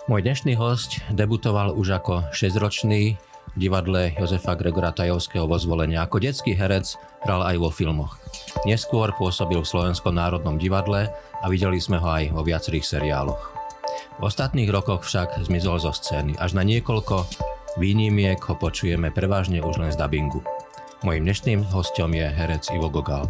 Môj dnešný hosť debutoval už ako 6-ročný v divadle Jozefa Gregora Tajovského vo Zvolenia. Ako detský herec hral aj vo filmoch. Neskôr pôsobil v Slovenskom národnom divadle a videli sme ho aj vo viacerých seriáloch. V ostatných rokoch však zmizol zo scény. Až na niekoľko výnimiek ho počujeme prevažne už len z dabingu. Mojím dnešným hosťom je herec Ivo Gogal.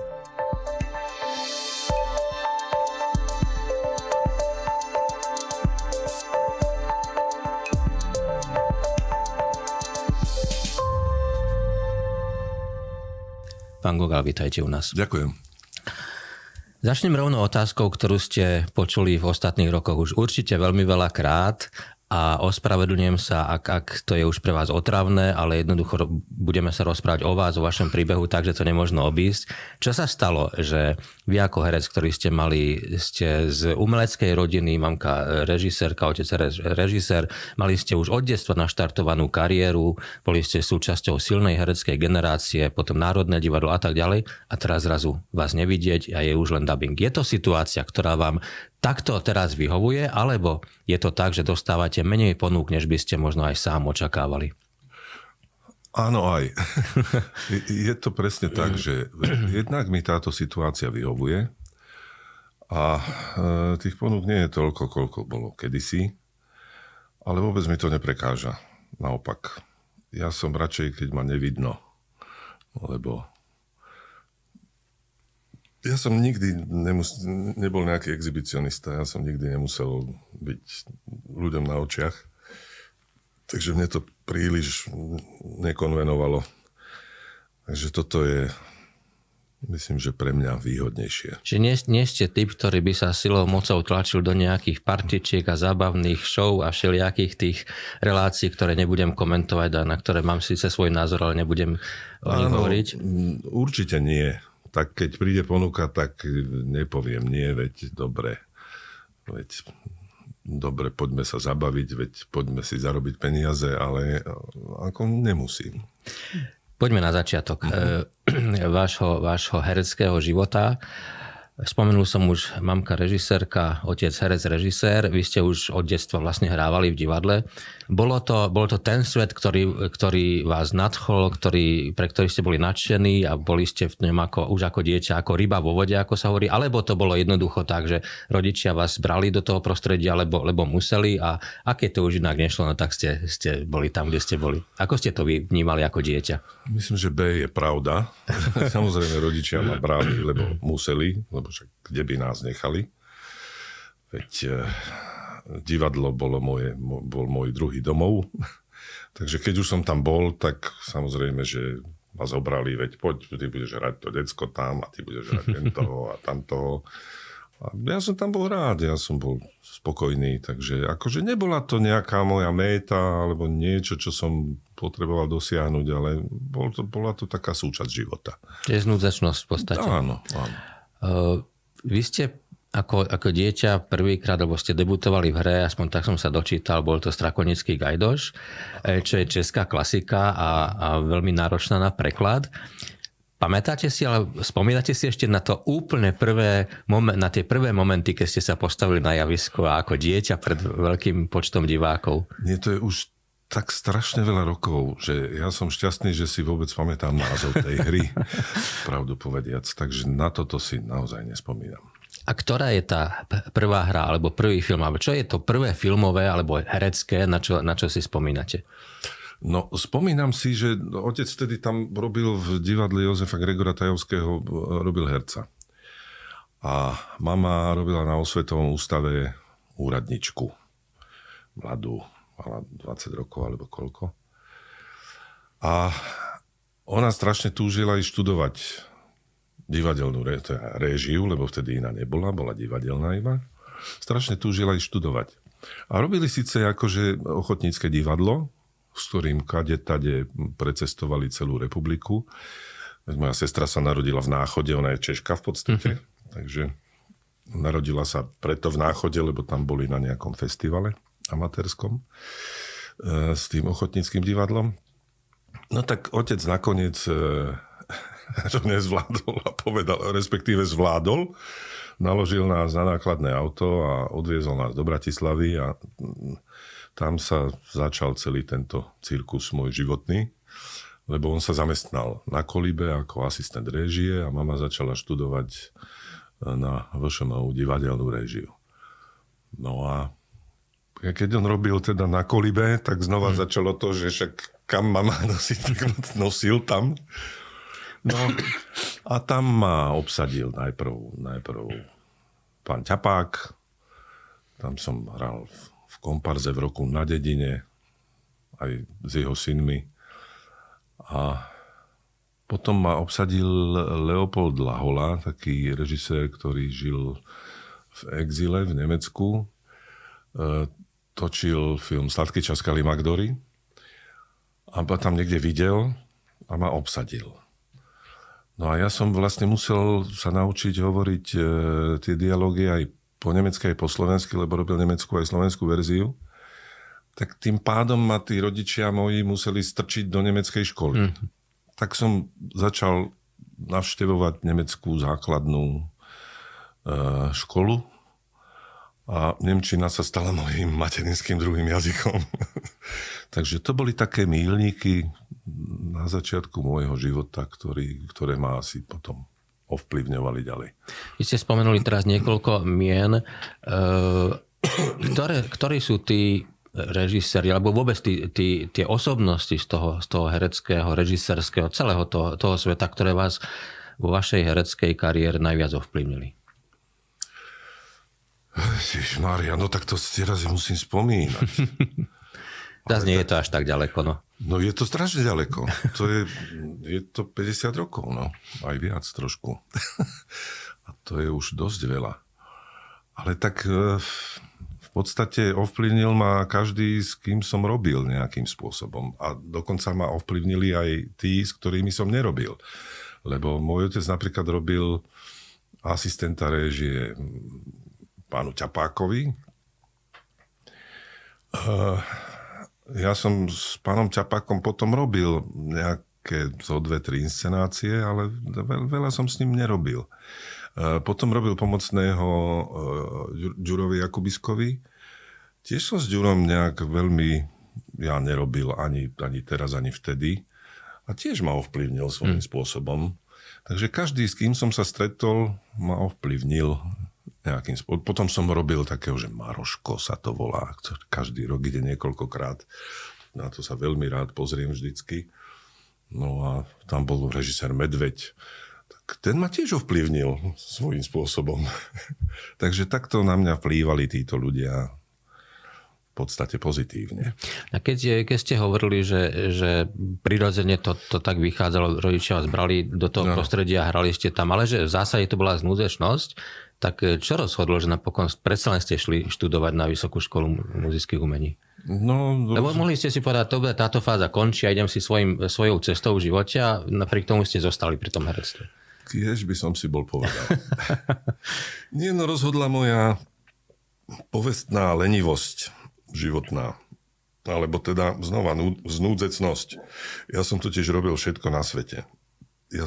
Pán Gogal, vítajte u nás. Ďakujem. Začnem rovno otázkou, ktorú ste počuli v ostatných rokoch už určite veľmi veľa krát a ospravedlňujem sa, ak to je už pre vás otravné, ale jednoducho budeme sa rozprávať o vás, o vašom príbehu, takže to nemôžno obísť. Čo sa stalo, že vy ako herec, ktorý ste z umeleckej rodiny, mamka režisérka, otec režisér, mali ste už od detstva naštartovanú kariéru, boli ste súčasťou silnej hereckej generácie, potom Národné divadlo a tak ďalej a teraz zrazu vás nevidieť a je už len dabing. Je to situácia, ktorá vám takto teraz vyhovuje, alebo je to tak, že dostávate menej ponúk, než by ste možno aj sám očakávali? Áno, aj. Je to presne tak, že jednak mi táto situácia vyhovuje a tých ponúk nie je toľko, koľko bolo kedysi, ale vôbec mi to neprekáža. Naopak, ja som radšej, keď ma nevidno, lebo ja som nikdy nebol nejaký exhibicionista, ja som nikdy nemusel byť ľuďom na očiach, takže mne to príliš nekonvenovalo. Takže toto je, myslím, že pre mňa výhodnejšie. Čiže nie ste typ, ktorý by sa silou mocou tlačil do nejakých partičiek a zábavných show a všelijakých tých relácií, ktoré nebudem komentovať a na ktoré mám síce svoj názor, ale nebudem o nich hovoriť? Určite nie. Tak keď príde ponuka, tak nepoviem nie, veď dobre, poďme sa zabaviť, veď poďme si zarobiť peniaze, ale ako nemusím. Poďme na začiatok vášho hereckého života. Spomenul som už mamka režisérka, otec herec režisér. Vy ste už od detstva vlastne hrávali v divadle. Bol to ten svet, ktorý vás nadchol, pre ktorý ste boli nadšení a boli ste v ňom už ako dieťa, ako ryba vo vode, ako sa hovorí, alebo to bolo jednoducho tak, že rodičia vás brali do toho prostredia, lebo museli a aké to už inak nešlo, no tak ste boli tam, kde ste boli. Ako ste to vy vnímali ako dieťa? Myslím, že B je pravda. Samozrejme rodičia ma brali, lebo museli, lebo však kde by nás nechali. Veď divadlo bol môj druhý domov. Takže keď už som tam bol, tak samozrejme, že ma zobrali, veď poď, ty budeš hrať to decko tam a ty budeš hrať toho a tamtoho. A ja som tam bol rád, ja som bol spokojný, takže akože nebola to nejaká moja méta alebo niečo, čo som potreboval dosiahnuť, ale bola to taká súčasť života. Je znúdzečnosť v podstate. Áno. Vy ste ako dieťa prvýkrát, lebo ste debutovali v hre, aspoň tak som sa dočítal, bol to Strakonický Gajdoš, čo je česká klasika a veľmi náročná na preklad. Pamätáte si, ale spomínate si ešte na to úplne na tie prvé momenty, keď ste sa postavili na javisko a ako dieťa pred veľkým počtom divákov? Nie, to je už tak strašne veľa rokov, že ja som šťastný, že si vôbec pamätám názov tej hry, pravdu povediac, takže na toto si naozaj nespomínam. A ktorá je tá prvá hra, alebo prvý film, alebo čo je to prvé filmové, alebo herecké, na čo si spomínate? No, spomínam si, že otec vtedy tam robil v divadle Jozefa Gregora Tajovského, robil herca. A mama robila na Osvetovom ústave úradničku. Mladú, mala 20 rokov alebo koľko. A ona strašne túžila ísť študovať divadelnú réžiu, lebo vtedy iná nebola, bola divadelná iba. Strašne túžila ísť študovať. A robili síce akože ochotnícke divadlo, s ktorým kade-tade precestovali celú republiku. Moja sestra sa narodila v Náchode, ona je Češka v podstate, takže narodila sa preto v Náchode, lebo tam boli na nejakom festivale amatérskom s tým ochotníckym divadlom. No tak otec nakoniec to nezvládol a povedal, respektíve zvládol, naložil nás na nákladné auto a odviezol nás do Bratislavy a tam sa začal celý tento cirkus môj životný, lebo on sa zamestnal na Kolibe ako asistent réžie a mama začala študovať na VŠMU divadelnú réžiu. No a keď on robil teda na Kolibe, tak znova začalo to, že však kam ma má nosiť, tak nosil tam. No a tam ma obsadil najprv pán Ťapák. Tam som hral v komparze v Roku na dedine aj s jeho synmi. A potom ma obsadil Leopold Lahola, taký režisér, ktorý žil v exile v Nemecku. Točil film Sladký čas Kali Magdory a tam niekde videl a ma obsadil. No a ja som vlastne musel sa naučiť hovoriť tie dialógy aj po nemecky, aj po slovensky, lebo robil nemeckú aj slovenskú verziu. Tak tým pádom ma tí rodičia moji museli strčiť do nemeckej školy. Tak som začal navštevovať nemeckú základnú školu a nemčina sa stala mojím materinským druhým jazykom. Takže to boli také míľniky na začiatku môjho života, ktoré ma asi potom ovplyvňovali ďalej. Vy ste spomenuli teraz niekoľko mien. Ktorí sú tí režiséri, alebo vôbec tie osobnosti z toho hereckého, režisérskeho, celého toho sveta, ktoré vás vo vašej hereckej kariére najviac ovplyvnili? Ježišmária, no tak to teraz musím spomínať. Zas nie je to až tak ďaleko, no. No je to strašne ďaleko. Je to 50 rokov, no. Aj viac trošku. A to je už dosť veľa. Ale tak v podstate ovplyvnil ma každý, s kým som robil nejakým spôsobom. A dokonca ma ovplyvnili aj tí, s ktorými som nerobil. Lebo môj otec napríklad robil asistenta réžie pánu Ťapákovi. Ja som s pánom Ťapákom potom robil nejaké 2-3 inscenácie, ale veľa som s ním nerobil. Potom robil pomocného Ďurovi Jakubiskovi. Tiež som s Ďurom nejak veľmi nerobil ani teraz, ani vtedy. A tiež ma ovplyvnil svojím spôsobom. Takže každý, s kým som sa stretol, ma ovplyvnil nejakým spôsobom. Potom som robil takého, že Maroško sa to volá. Každý rok ide niekoľkokrát. Na to sa veľmi rád pozriem vždycky. No a tam bol režisér Medveď. Tak ten ma tiež ovplyvnil svojím spôsobom. Takže takto na mňa vplývali títo ľudia v podstate pozitívne. A keď ste hovorili, že prirodzene to tak vychádzalo, rodičia vás brali do toho prostredia, hrali ste tam, ale že v zásade to bola znúdečnosť, tak čo rozhodlo, že napokon predsa len ste šli študovať na Vysokú školu muzických umení? Lebo mohli ste si povedať, táto fáza končí a idem si svojou cestou v živote a napriek tomu ste zostali pri tom herectve. Tiež by som si bol povedal. Nie, rozhodla moja povestná lenivosť životná. Alebo teda znova znúdzecnosť. Ja som totiž robil všetko na svete. Ja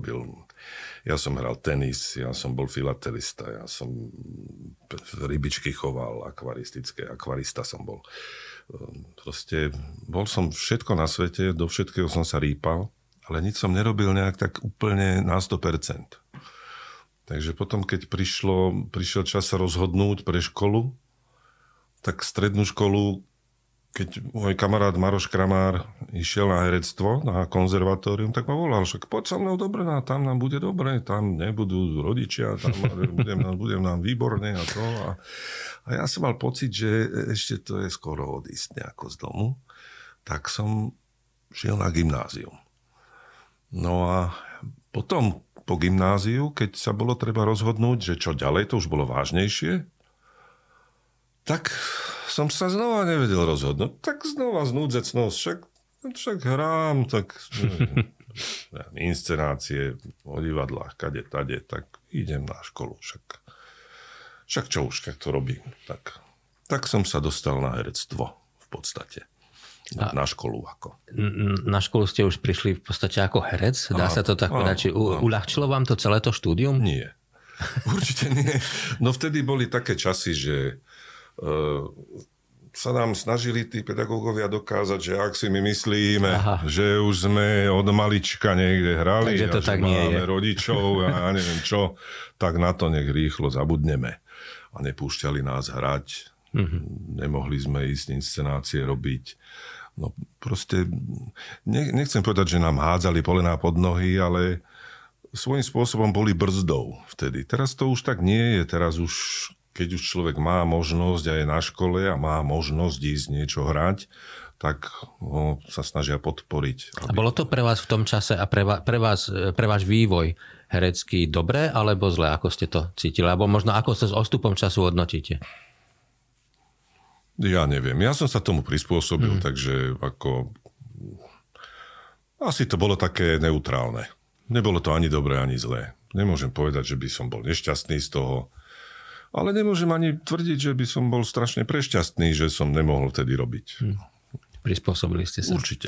som hral tenis, ja som bol filatelista, ja som rybičky choval, akvarista som bol. Proste bol som všetko na svete, do všetkého som sa rýpal, ale nič som nerobil nejak tak úplne na 100%. Takže potom, keď prišiel čas sa rozhodnúť pre školu, tak strednú školu, keď môj kamarát Maroš Kramár išiel na herectvo, na konzervatórium, tak ma volal, však poď so mnou dobre, tam nám bude dobre, tam nebudú rodičia, tam budem nám výborne a to. A ja som mal pocit, že ešte to je skoro odísť nejako z domu. Tak som šiel na gymnázium. No a potom po gymnáziu, keď sa bolo treba rozhodnúť, že čo ďalej, to už bolo vážnejšie, tak som sa znova nevedel rozhodnúť. Tak znova znúdzecnosť. Však hrám, tak inscenácie o divadlách, kade, tade, tak idem na školu. Však čo už, tak to robím. Tak som sa dostal na herectvo v podstate. Na školu ako. Na školu ste už prišli v podstate ako herec? Dá sa to tak povedať? Uľahčilo vám to celé to štúdium? Nie. Určite nie. No vtedy boli také časy, že sa nám snažili tí pedagógovia dokázať, že ak si my myslíme, že už sme od malička niekde hrali takže to a tak že máme je. rodičov a ja neviem čo, tak na to nech rýchlo zabudneme. A nepúšťali nás hrať. Nemohli sme ísť inscenácie robiť. No proste, nechcem povedať, že nám hádzali polená pod nohy, ale svojím spôsobom boli brzdou vtedy. Teraz to už tak nie je. Teraz už, keď už človek má možnosť a je na škole a má možnosť ísť niečo hrať, tak ho sa snažia podporiť. A bolo to pre vás v tom čase a pre váš vývoj herecký dobré alebo zlé? Ako ste to cítili? Alebo možno ako sa s odstupom času hodnotíte? Ja neviem. Ja som sa tomu prispôsobil, takže ako asi to bolo také neutrálne. Nebolo to ani dobré, ani zlé. Nemôžem povedať, že by som bol nešťastný z toho, ale nemôžem ani tvrdiť, že by som bol strašne prešťastný, že som nemohol vtedy robiť. Prispôsobili ste sa. Určite.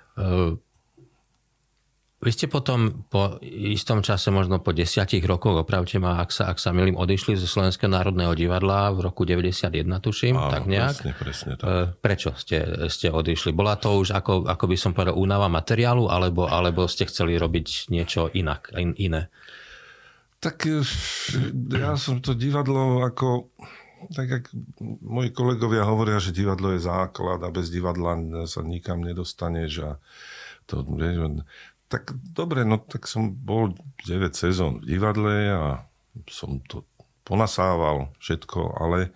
Vy ste potom po istom čase, možno po 10 rokoch, opravte ma, ak sa milím, odišli zo Slovenského národného divadla v roku 91, tuším, Áno, tak nejak. Presne tak. Prečo ste odišli? Bola to už, ako by som povedal, únava materiálu, alebo ste chceli robiť niečo iné? Tak ja som to divadlo ako... Tak jak moji kolegovia hovoria, že divadlo je základ a bez divadla sa nikam nedostaneš a to... Tak dobre, no tak som bol 9 sezón v divadle a som to ponasával všetko, ale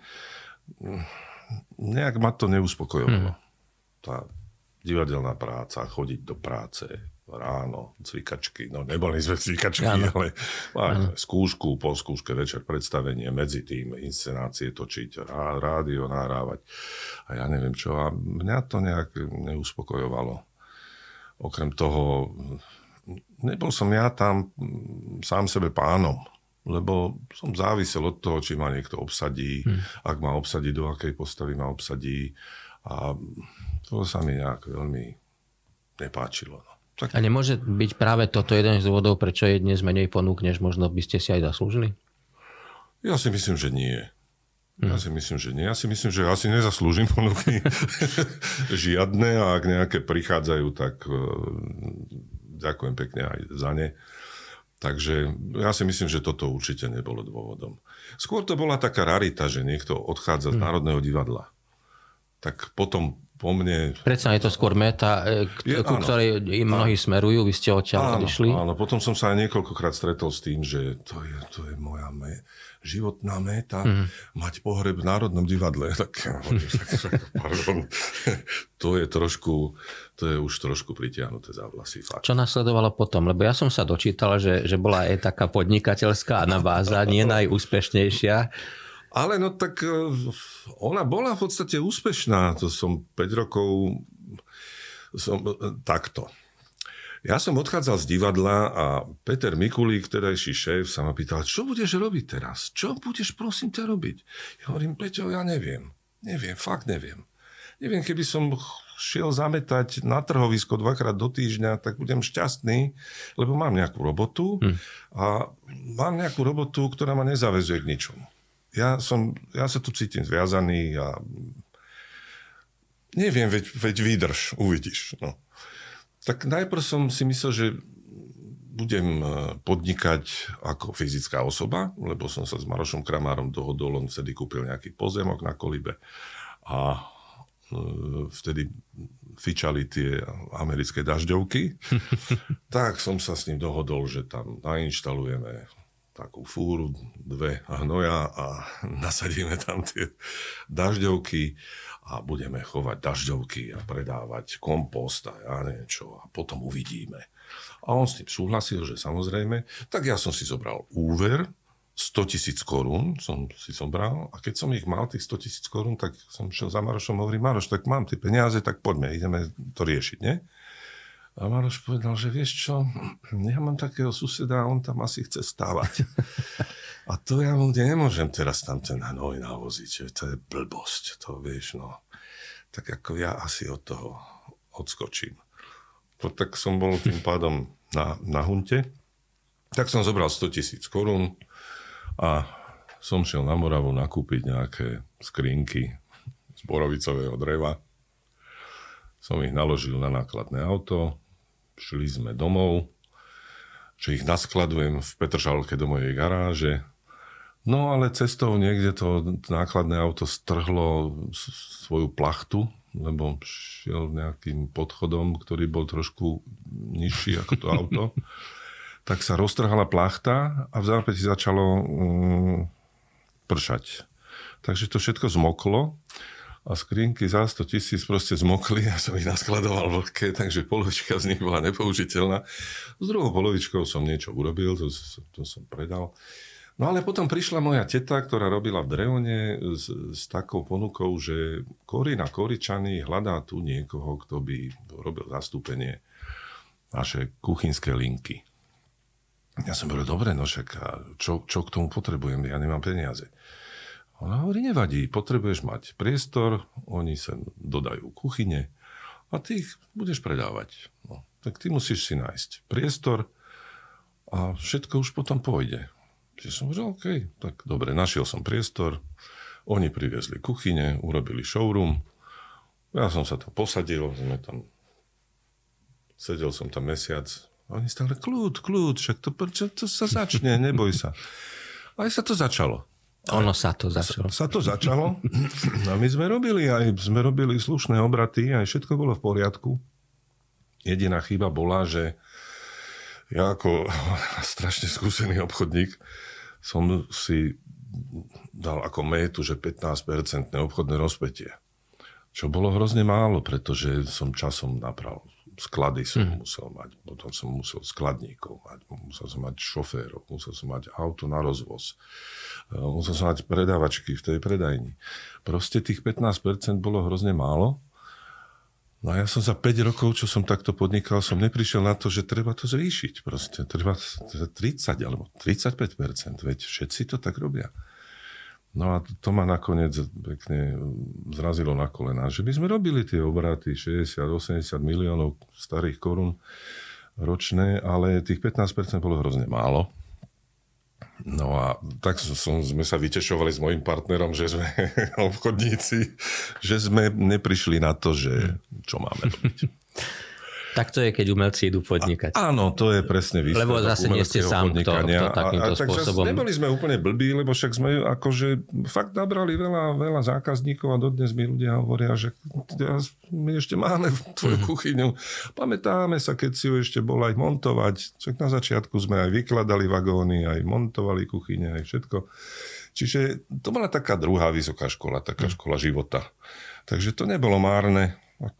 nejak ma to neuspokojovalo. Tá divadelná práca, chodiť do práce ráno, cvikačky, no neboli sme cvikačky, ale skúšku, po skúške večer predstavenie, medzi tým inscenácie točiť, rádio nahrávať a ja neviem čo. A mňa to nejak neuspokojovalo. Okrem toho, nebol som ja tam sám sebe pánom, lebo som závisel od toho, či ma niekto obsadí, ak ma obsadí, do akej postavy ma obsadí. A to sa mi nejak veľmi nepáčilo. No. Tak... A nemôže byť práve toto jeden z dôvodov, prečo je dnes menej ponúk, než možno by ste si aj zaslúžili? Ja si myslím, že nie. Ja si myslím, že nie. Ja si myslím, že asi nezaslúžim ponuky žiadne a ak nejaké prichádzajú, tak ďakujem pekne aj za ne. Takže ja si myslím, že toto určite nebolo dôvodom. Skôr to bola taká rarita, že niekto odchádza z Národného divadla. Tak potom po mne... Predsa je to skôr meta, ku ktorej im mnohí smerujú, vy ste odtiaľ odišli. Áno, potom som sa aj niekoľkokrát stretol s tým, že to je moja životná meta, mať pohreb v Národnom divadle. Tak, pardon, to je už trošku pritiahnuté za vlasy. Fakt. Čo nasledovalo potom? Lebo ja som sa dočítal, že bola aj taká podnikateľská anabáza, nie najúspešnejšia. Ale no tak ona bola v podstate úspešná. To som 5 rokov takto. Ja som odchádzal z divadla a Peter Mikulík, vtedajší šéf, sa ma pýtal, čo budeš robiť teraz? Čo budeš, prosím ťa, robiť? Ja hovorím, Peťo, ja neviem. Fakt neviem. Neviem, keby som šiel zametať na trhovisko 2-krát do týždňa, tak budem šťastný, lebo mám nejakú robotu a mám nejakú robotu, ktorá ma nezaväzuje k ničomu. Ja sa tu cítim zviazaný a neviem, veď vydrž, uvidíš. No. Tak najprv som si myslel, že budem podnikať ako fyzická osoba, lebo som sa s Marošom Kramárom dohodol, on vtedy kúpil nejaký pozemok na Kolibe a vtedy fičali tie americké dažďovky. Tak som sa s ním dohodol, že tam nainštalujeme takú fúru, 2 hnoja a nasadíme tam tie dažďovky a budeme chovať dažďovky a predávať kompost a ja neviem čo a potom uvidíme. A on s tým súhlasil, že samozrejme, tak ja som si zobral úver, 100 000 korún som si zobral a keď som ich mal, tých 100 000 korún, tak som šiel za Marošom a hovorím, Maroš, tak mám tie peniaze, tak poďme, ideme to riešiť, nie? A Maroš povedal, že vieš čo, ja mám takého suseda a on tam asi chce stávať. A to ja mu nemôžem teraz tam ten hnoj navoziť, že to je blbosť, to vieš, no. Tak ako ja asi od toho odskočím. Tak som bol tým pádom na hunte, tak som zobral 100 000 korún A som šiel na Moravu nakúpiť nejaké skrinky z borovicového dreva. Som ich naložil na nákladné auto, šli sme domov, že ich naskladujem v Petržalke do mojej garáže. No ale cestou niekde to nákladné auto strhlo svoju plachtu, lebo šiel nejakým podchodom, ktorý bol trošku nižší ako to auto. Tak sa roztrhala plachta a v zápäti začalo pršať. Takže to všetko zmoklo a skrinky za 100 000 proste zmokli a som ich naskladoval vlhké, takže polovička z nich bola nepoužiteľná. S druhou polovičkou som niečo urobil, to som predal. No ale potom prišla moja teta, ktorá robila v Dreone s takou ponukou, že Korina Koričany hľadá tu niekoho, kto by robil zastúpenie naše kuchynské linky. Ja som povedal, dobre, no však čo k tomu potrebujem? Ja nemám peniaze. Ona hovorí, nevadí, potrebuješ mať priestor, oni sa dodajú kuchyne a ty ich budeš predávať. No, tak ty musíš si nájsť priestor a všetko už potom pôjde. Čiže som povedal, OK, tak dobre, našiel som priestor, oni priviezli kuchyne, urobili showroom, ja som sa tam posadil, sedel som tam mesiac, a oni stále, kľud, však to sa začne, neboj sa. Aj sa to začalo. Sa to začalo. A my sme robili slušné obraty, aj všetko bolo v poriadku. Jediná chyba bola, že ja ako strašne skúsený obchodník som si dal ako métu, že 15% obchodné rozpätie. Čo bolo hrozne málo, pretože som časom napral. Sklady som musel mať, potom som musel skladníkov mať, musel som mať šoférov, musel som mať auto na rozvoz, musel som mať predávačky v tej predajni. Proste tých 15% bolo hrozne málo. No a ja som za 5 rokov, čo som takto podnikal, som neprišiel na to, že treba to zvýšiť. Proste treba 30 alebo 35%, veď všetci to tak robia. No a to ma nakoniec pekne zrazilo na kolená, že by sme robili tie obraty 60-80 miliónov starých korún ročné, ale tých 15% bolo hrozne málo. No a tak sme sa vytešovali s mojím partnerom, že sme obchodníci, že sme neprišli na to, že čo máme robiť. Tak to je, keď umelci idú podnikať. Áno, to je presne výsledok. Lebo zase nie ste sám, kto takýmto spôsobom. Takže neboli sme úplne blbí, lebo však sme akože fakt nabrali veľa zákazníkov a dodnes mi ľudia hovoria, že my ešte máme tvoju kuchyňu. Pamätáme sa, keď si ju ešte bol aj montovať. Však na začiatku sme aj vykladali vagóny, aj montovali kuchyne, aj všetko. Čiže to bola taká druhá vysoká škola, taká škola života. Takže to nebolo márne,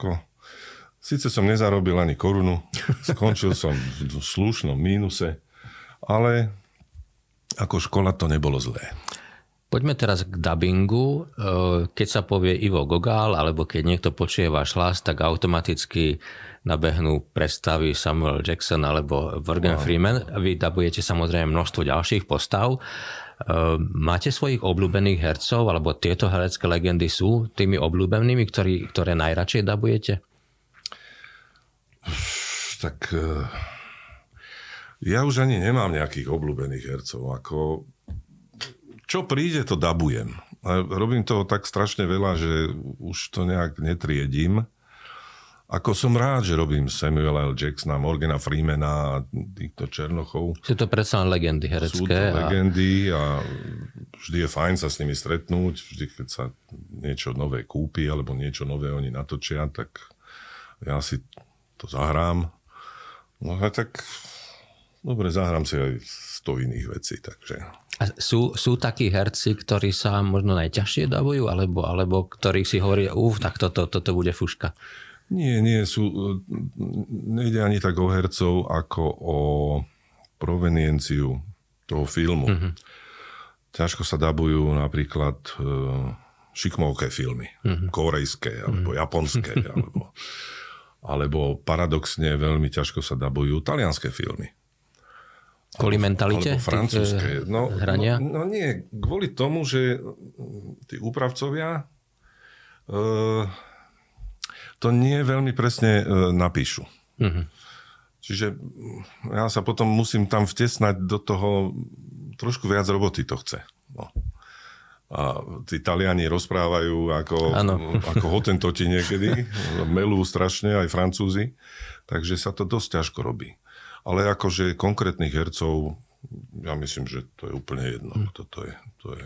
Sice som nezarobil ani korunu, skončil som v slušnom mínuse, ale ako škola to nebolo zlé. Poďme teraz k dabingu. Keď sa povie Ivo Gogál, alebo keď niekto počuje váš hlas, tak automaticky nabehnú predstavy Samuel Jackson alebo Morgan Freeman. Vy dabujete samozrejme množstvo ďalších postav. Máte svojich obľúbených hercov, alebo tieto herecké legendy sú tými obľúbenými, ktoré najradšej dabujete? Tak ja už ani nemám nejakých obľúbených hercov. Čo príde, to dabujem. A robím toho tak strašne veľa, že už to nejak netriedím. Som rád, že robím Samuela L. Jacksona, Morgana Freemana a týchto Černochov. Sú to predsa len legendy herecké. Sú to legendy a vždy je fajn sa s nimi stretnúť. Vždy, keď sa niečo nové kúpi alebo niečo nové oni natočia, tak ja si to zahrám. No a tak dobre, zahrám si aj 100 iných vecí, takže... A sú takí herci, ktorí sa možno najťažšie dabujú, alebo ktorí si hovorí, tak toto bude fuška? Nie, nejde ani tak o hercov, ako o provenienciu toho filmu. Mm-hmm. Ťažko sa dabujú napríklad šikmovké filmy, korejské, alebo japonské, alebo paradoxne veľmi ťažko sa dabujú talianské filmy. Kvôli mentalite? Alebo francúzske. Hrania? No nie, kvôli tomu, že tí úpravcovia to nie veľmi presne napíšu. Uh-huh. Čiže ja sa potom musím tam vtesnať do toho trošku viac roboty to chce. No. A tí Taliani rozprávajú ako hotentoti niekedy, melú strašne, aj Francúzi, takže sa to dosť ťažko robí. Ale akože konkrétnych hercov, ja myslím, že to je úplne jedno. To je.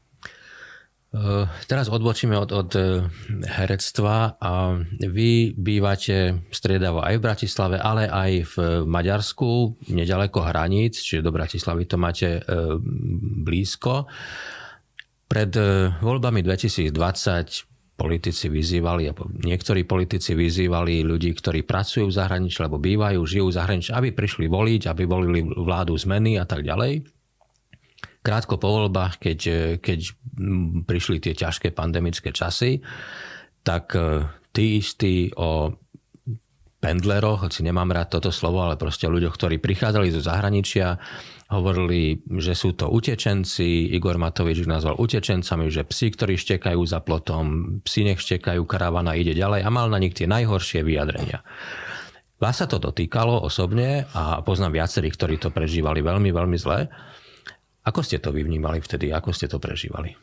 Teraz odbočíme od herectva a vy bývate striedavo aj v Bratislave, ale aj v Maďarsku, nedaleko hraníc, čiže do Bratislavy to máte blízko. Pred voľbami 2020 politici vyzývali, niektorí politici vyzývali ľudí, ktorí pracujú v zahraničí, alebo bývajú, žijú v zahraničí, aby prišli voliť, aby volili vládu zmeny a tak ďalej. Krátko po voľbách, keď prišli tie ťažké pandemické časy, tak tí istí o pendleroch, hoci nemám rád toto slovo, ale proste o ľuďoch, ktorí prichádzali zo zahraničia, hovorili, že sú to utečenci. Igor Matovič ich nazval utečencami, že psi, ktorí štekajú za plotom, psi nech štekajú, karavana ide ďalej a mal na nich tie najhoršie vyjadrenia. Vás sa to dotýkalo osobne a poznám viacerých, ktorí to prežívali veľmi, veľmi zle. Ako ste to vnímali vtedy? Ako ste to prežívali?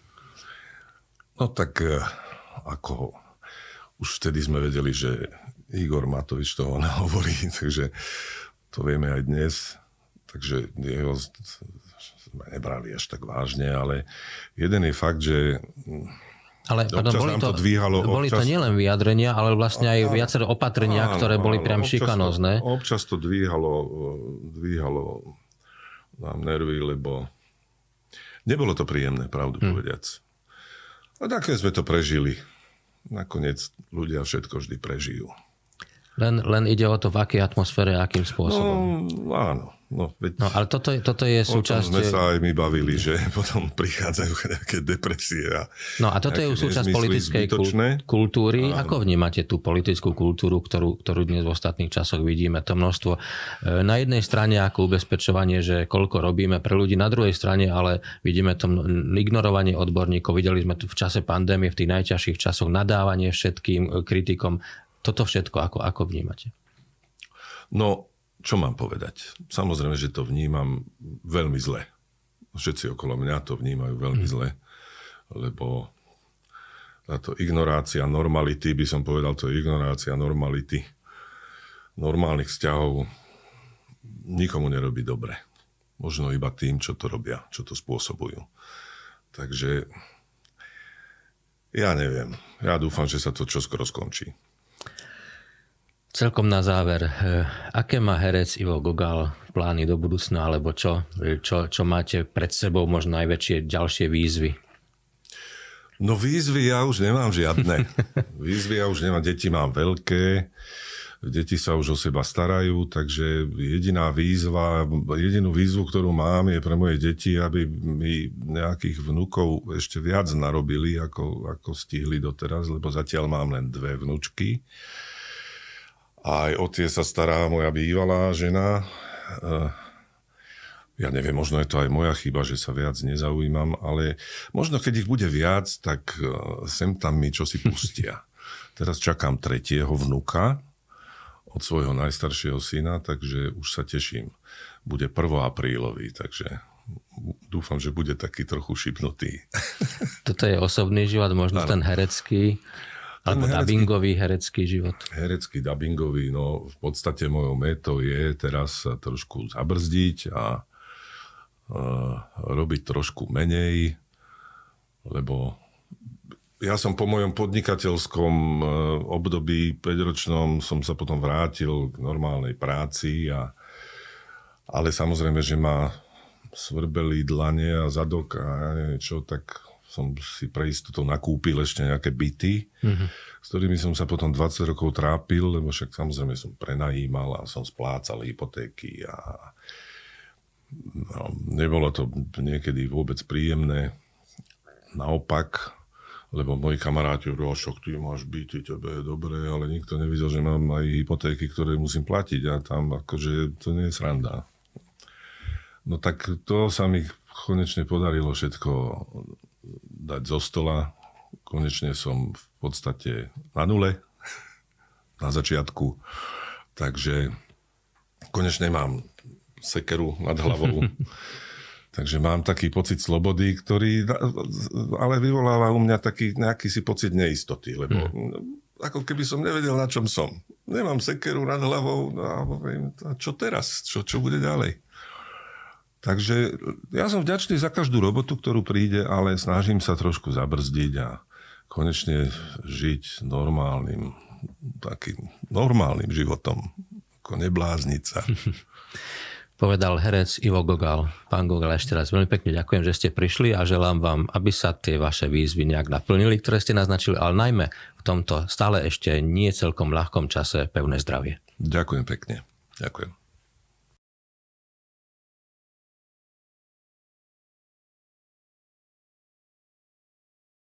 No tak ako už vtedy sme vedeli, že Igor Matovič toho nehovorí, takže to vieme aj dnes. Takže jeho sme nebrali až tak vážne, ale jeden je fakt, že ale boli to nielen vyjadrenia, ale vlastne aj viaceré opatrenia, ktoré boli priam šikanózne. Občas to dvíhalo nám nervy, lebo nebolo to príjemné, pravdu povediac. A také sme to prežili. Nakoniec ľudia všetko vždy prežijú. Len ide o to, v akej atmosfére, akým spôsobom. No, áno. No, ale toto je súčasť... O tom sme sa aj my bavili, že potom prichádzajú nejaké depresie. A toto je súčasť politickej kultúry. Áno. Ako vnímate tú politickú kultúru, ktorú dnes v ostatných časoch vidíme? To množstvo. Na jednej strane ako ubezpečovanie, že koľko robíme pre ľudí, na druhej strane ale vidíme to ignorovanie odborníkov. Videli sme tu v čase pandémie, v tých najťažších časoch nadávanie všetkým kritikom. Toto všetko ako vnímate? No, čo mám povedať? Samozrejme, že to vnímam veľmi zle. Všetci okolo mňa to vnímajú veľmi zle, lebo táto ignorácia normality, by som povedal, to je ignorácia normality, normálnych vzťahov, nikomu nerobí dobre. Možno iba tým, čo to robia, čo to spôsobujú. Takže ja neviem. Ja dúfam, že sa to čoskoro skončí. Celkom na záver, aké má herec Ivo Gogal plány do budúcna, alebo čo máte pred sebou možno najväčšie ďalšie výzvy? No výzvy ja už nemám žiadne. Deti mám veľké, deti sa už o seba starajú, takže jedinú výzvu, ktorú mám, je pre moje deti, aby mi nejakých vnukov ešte viac narobili, ako stihli doteraz, lebo zatiaľ mám len 2 vnučky. Aj o tie sa stará moja bývalá žena. Ja neviem, možno je to aj moja chyba, že sa viac nezaujímam, ale možno keď ich bude viac, tak sem tam mi čosi pustia. Teraz čakám 3. vnuka od svojho najstaršieho syna, takže už sa teším. Bude 1. aprílový, takže dúfam, že bude taký trochu šipnutý. Toto je osobný život, možno ten herecký... Alebo dubbingový herecký život. Herecký, dubbingový, no v podstate mojou métou je teraz sa trošku zabrzdiť a robiť trošku menej, lebo ja som po mojom podnikateľskom období 5-ročnom som sa potom vrátil k normálnej práci, ale samozrejme, že ma svrbeli dlane a zadok a ja neviem čo, tak som si pre istotu nakúpil ešte nejaké byty, s ktorými som sa potom 20 rokov trápil, lebo však samozrejme som prenajímal a som splácal hypotéky a nebolo to niekedy vôbec príjemné. Naopak, lebo moji kamaráti hovorili, však ty máš byty, tebe je dobré, ale nikto nevidel, že mám aj hypotéky, ktoré musím platiť a tam akože to nie je sranda. No tak to sa mi konečne podarilo všetko dať zo stola. Konečne som v podstate na nule, na začiatku. Takže konečne mám sekeru nad hlavou. Takže mám taký pocit slobody, ktorý ale vyvoláva u mňa taký nejaký si pocit neistoty, lebo ako keby som nevedel, na čom som. Nemám sekeru nad hlavou a čo teraz? Čo bude ďalej? Takže ja som vďačný za každú robotu, ktorú príde, ale snažím sa trošku zabrzdiť a konečne žiť takým normálnym životom, ako neblázniť sa. Povedal herec Ivo Gogal. Pán Gogal, ešte raz veľmi pekne ďakujem, že ste prišli a želám vám, aby sa tie vaše výzvy nejak naplnili, ktoré ste naznačili, ale najmä v tomto stále ešte nie celkom ľahkom čase pevné zdravie. Ďakujem pekne. Ďakujem.